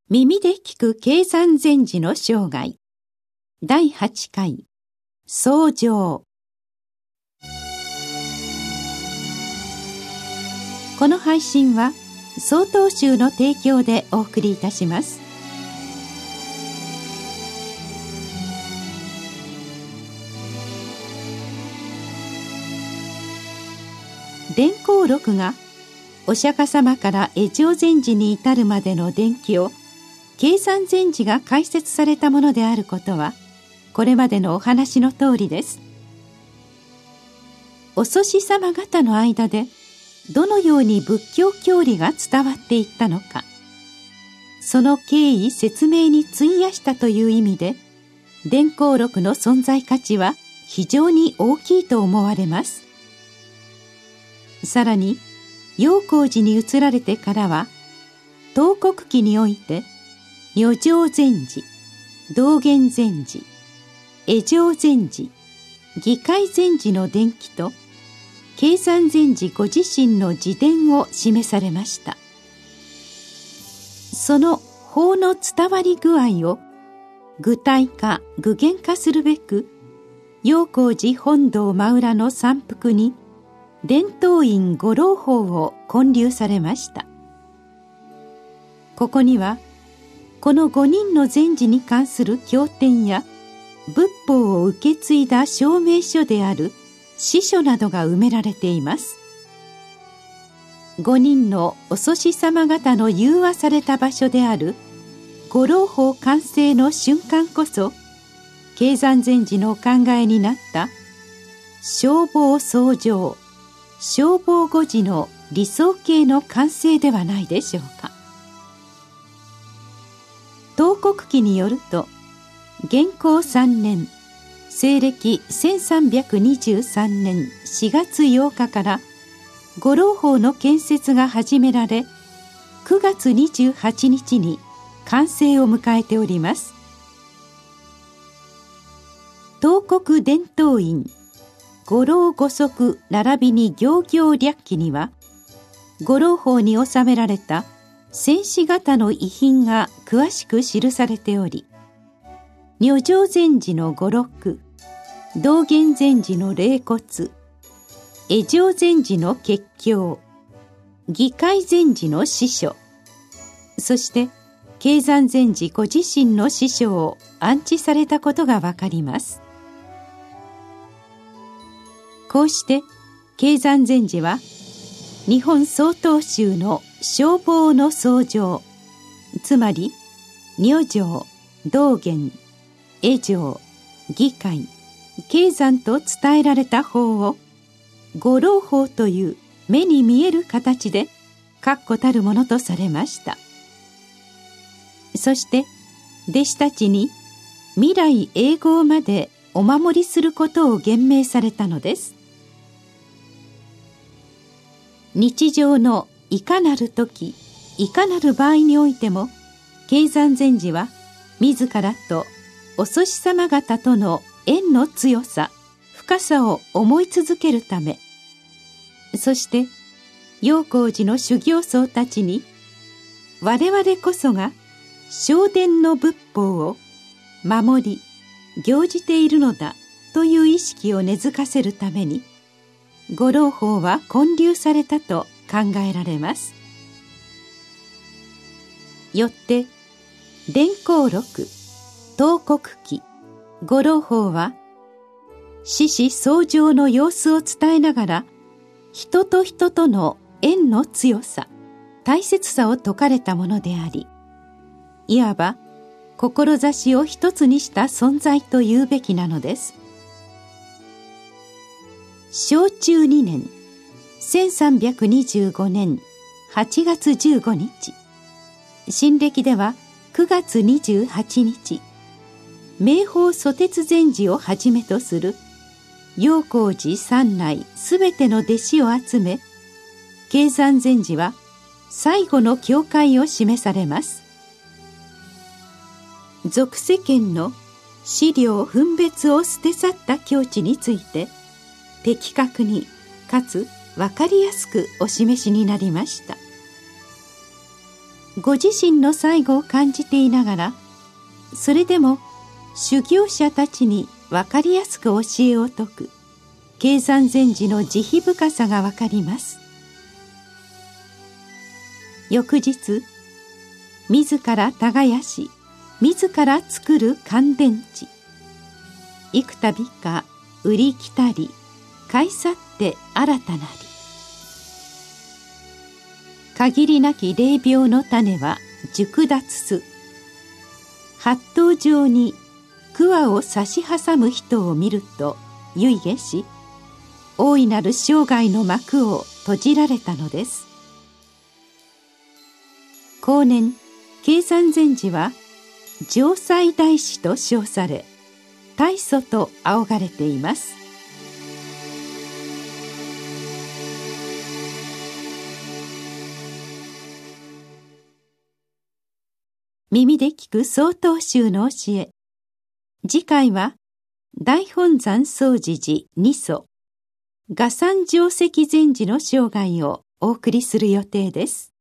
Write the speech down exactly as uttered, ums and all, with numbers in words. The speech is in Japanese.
耳で聞く計山禅師の生涯だいはちかい僧正。この配信は曹洞宗の提供でお送りいたします。蓮光録がお釈迦様から会長禅師に至るまでの伝記を計山禅師が解説されたものであることはこれまでのお話の通りです。お祖師様方の間でどのように仏教教理が伝わっていったのか、その経緯説明に費やしたという意味で蓮光録の存在価値は非常に大きいと思われます。さらに陽光寺に移られてからは東国記において如常禅師、道元禅師、会長禅師、義海禅師の伝記と計山禅師ご自身の自伝を示されました。その法の伝わり具合を具体化具現化するべく陽光寺本堂真裏の山腹に伝統院御老法を建立されました。ここにはこのごにんの禅師に関する経典や仏法を受け継いだ証明書である司書などが埋められています。ごにんのお祖師様方の融和された場所である御老法完成の瞬間こそ計山禅師のお考えになった正法僧正正法五字の理想形の完成ではないでしょうか。東国記によると元弘さんねん西暦せんさんびゃくにじゅうさんねんしがつようかから御老法の建設が始められくがつにじゅうはちにちに完成を迎えております。東国伝統院御老御則並びに行行略記には御老法に収められた戦士方の遺品が詳しく記されており、如常禅師の語録、道元禅師の霊骨、会長禅師の結経、義海禅師の司書、そして計山禅師ご自身の司書を安置されたことがわかります。こうして計山禅師は日本曹洞宗の正法の僧正、つまり如常、道元、会長、義海、計山と伝えられた法を御老法という目に見える形で確固たるものとされました。そして弟子たちに未来永劫までお守りすることを言命されたのです。日常のいかなる時いかなる場合においても計山禅師は自らとお祖師様方との縁の強さ深さを思い続けるため、そして陽光寺の修行僧たちに我々こそが正伝の仏法を守り行じているのだという意識を根付かせるために御老法は建立されたと考えられます。よって蓮光録、東国記、御老法は子々僧正の様子を伝えながら人と人との縁の強さ大切さを説かれたものであり、いわば志を一つにした存在というべきなのです。正中にねんせんさんびゃくにじゅうごねんはちがつじゅうごにち、新暦ではくがつにじゅうはちにち、明法蘇鉄禅師をはじめとする陽光寺山内すべての弟子を集め、計山禅師は最後の教戒を示されます。俗世間の資料分別を捨て去った境地について的確にかつ分かりやすくお示しになりました。 ご自身の最後を感じていながら、それでも修行者たちに分かりやすく教えを説く経山禅師の慈悲深さが分かります。翌日、自ら耕し自ら作る乾電池、幾度か売り来たり買い去って新たなり、限りなき霊廟の種は熟脱す。八頭上に桑を差し挟む人を見ると遺下し、大いなる生涯の幕を閉じられたのです。後年、経山禅師は城西大師と称され、大祖と仰がれています。耳で聞く曹洞宗の教え。次回は大本山宗持寺二祖、画山定石禅師の生涯をお送りする予定です。